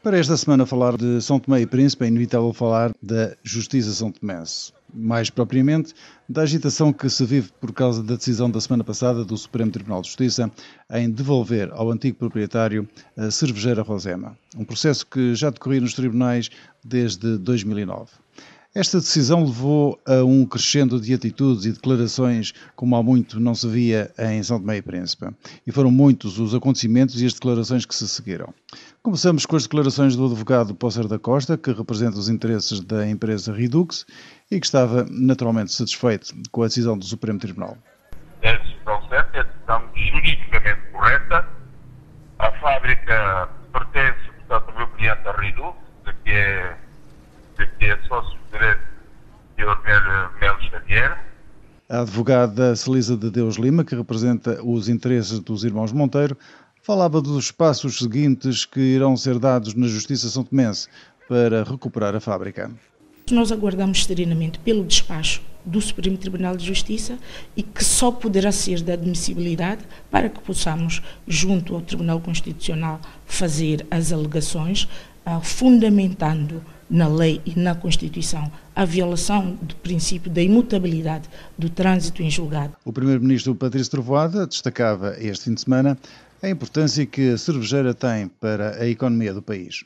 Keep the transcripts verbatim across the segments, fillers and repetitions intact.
Para esta semana falar de São Tomé e Príncipe, é inevitável falar da Justiça São Tomense. Mais propriamente, da agitação que se vive por causa da decisão da semana passada do Supremo Tribunal de Justiça em devolver ao antigo proprietário a cervejeira Rosema. Um processo que já decorria nos tribunais desde dois mil e nove. Esta decisão levou a um crescendo de atitudes e declarações como há muito não se via em São Tomé e Príncipe. E foram muitos os acontecimentos e as declarações que se seguiram. Começamos com as declarações do advogado Pócer da Costa, que representa os interesses da empresa Redux e que estava naturalmente satisfeito com a decisão do Supremo Tribunal. É a decisão certa, é a decisão juridicamente correta. A fábrica pertence, portanto, ao meu cliente, a Redux, que é que é sócio direto de senhor Melo Xavier. A advogada Celisa de Deus Lima, que representa os interesses dos irmãos Monteiro, falava dos passos seguintes que irão ser dados na Justiça São Tomense para recuperar a fábrica. Nós aguardamos serenamente pelo despacho do Supremo Tribunal de Justiça e que só poderá ser de admissibilidade para que possamos, junto ao Tribunal Constitucional, fazer as alegações, uh, fundamentando na lei e na Constituição a violação do princípio da imutabilidade do trânsito em julgado. O primeiro-ministro Patrício Trovoada destacava este fim de semana a importância que a cervejeira tem para a economia do país.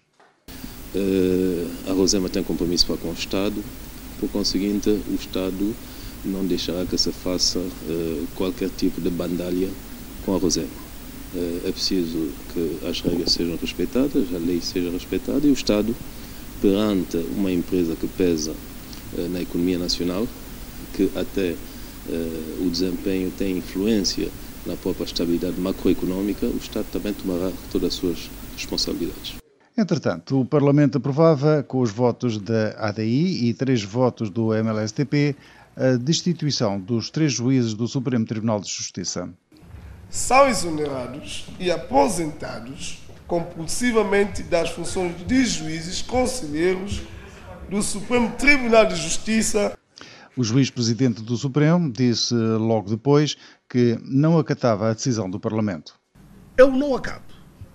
Uh, a Rosema tem compromisso para com o Estado, por conseguinte, o Estado não deixará que se faça uh, qualquer tipo de bandalha com a Rosema. Uh, é preciso que as regras sejam respeitadas, a lei seja respeitada e o Estado, perante uma empresa que pesa uh, na economia nacional, que até uh, o desempenho tem influência na própria estabilidade macroeconómica, o Estado também tomará todas as suas responsabilidades. Entretanto, o Parlamento aprovava, com os votos da A D I e três votos do M L S T P, a destituição dos três juízes do Supremo Tribunal de Justiça. São exonerados e aposentados compulsivamente das funções de juízes conselheiros do Supremo Tribunal de Justiça. O juiz-presidente do Supremo disse logo depois que não acatava a decisão do Parlamento. Eu não acato.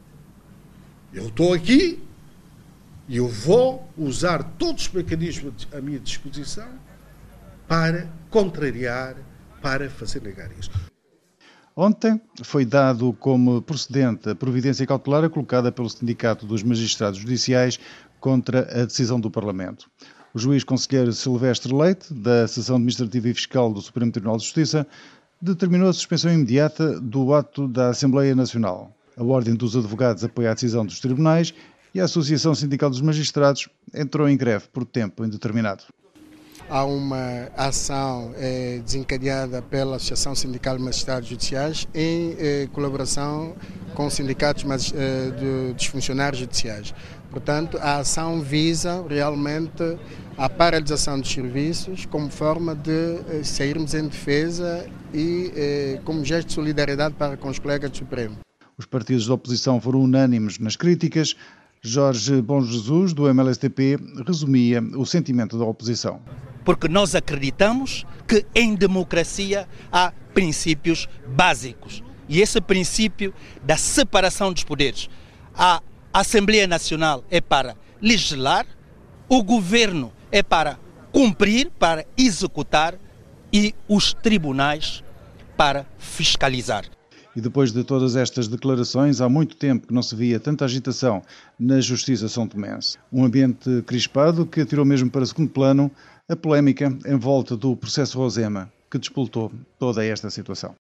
Eu estou aqui e eu vou usar todos os mecanismos à minha disposição para contrariar, para fazer negar isso. Ontem foi dado como procedente a providência cautelar colocada pelo Sindicato dos Magistrados Judiciais contra a decisão do Parlamento. O juiz conselheiro Silvestre Leite, da Seção Administrativa e Fiscal do Supremo Tribunal de Justiça, determinou a suspensão imediata do ato da Assembleia Nacional. A Ordem dos Advogados apoia a decisão dos tribunais e a Associação Sindical dos Magistrados entrou em greve por tempo indeterminado. Há uma ação eh, desencadeada pela Associação Sindical de Magistrados Judiciais em eh, colaboração com os sindicatos mas, eh, de, dos funcionários judiciais. Portanto, a ação visa realmente a paralisação dos serviços como forma de eh, sairmos em defesa e eh, como gesto de solidariedade para com os colegas do Supremo. Os partidos da oposição foram unânimes nas críticas. Jorge Bom Jesus, do M L S T P, resumia o sentimento da oposição. Porque nós acreditamos que em democracia há princípios básicos. E esse princípio da separação dos poderes. A Assembleia Nacional é para legislar, o governo é para cumprir, para executar e os tribunais para fiscalizar. E depois de todas estas declarações, há muito tempo que não se via tanta agitação na Justiça São Tomense. Um ambiente crispado que tirou mesmo para segundo plano a polémica em volta do processo Rosema, que despoltou toda esta situação.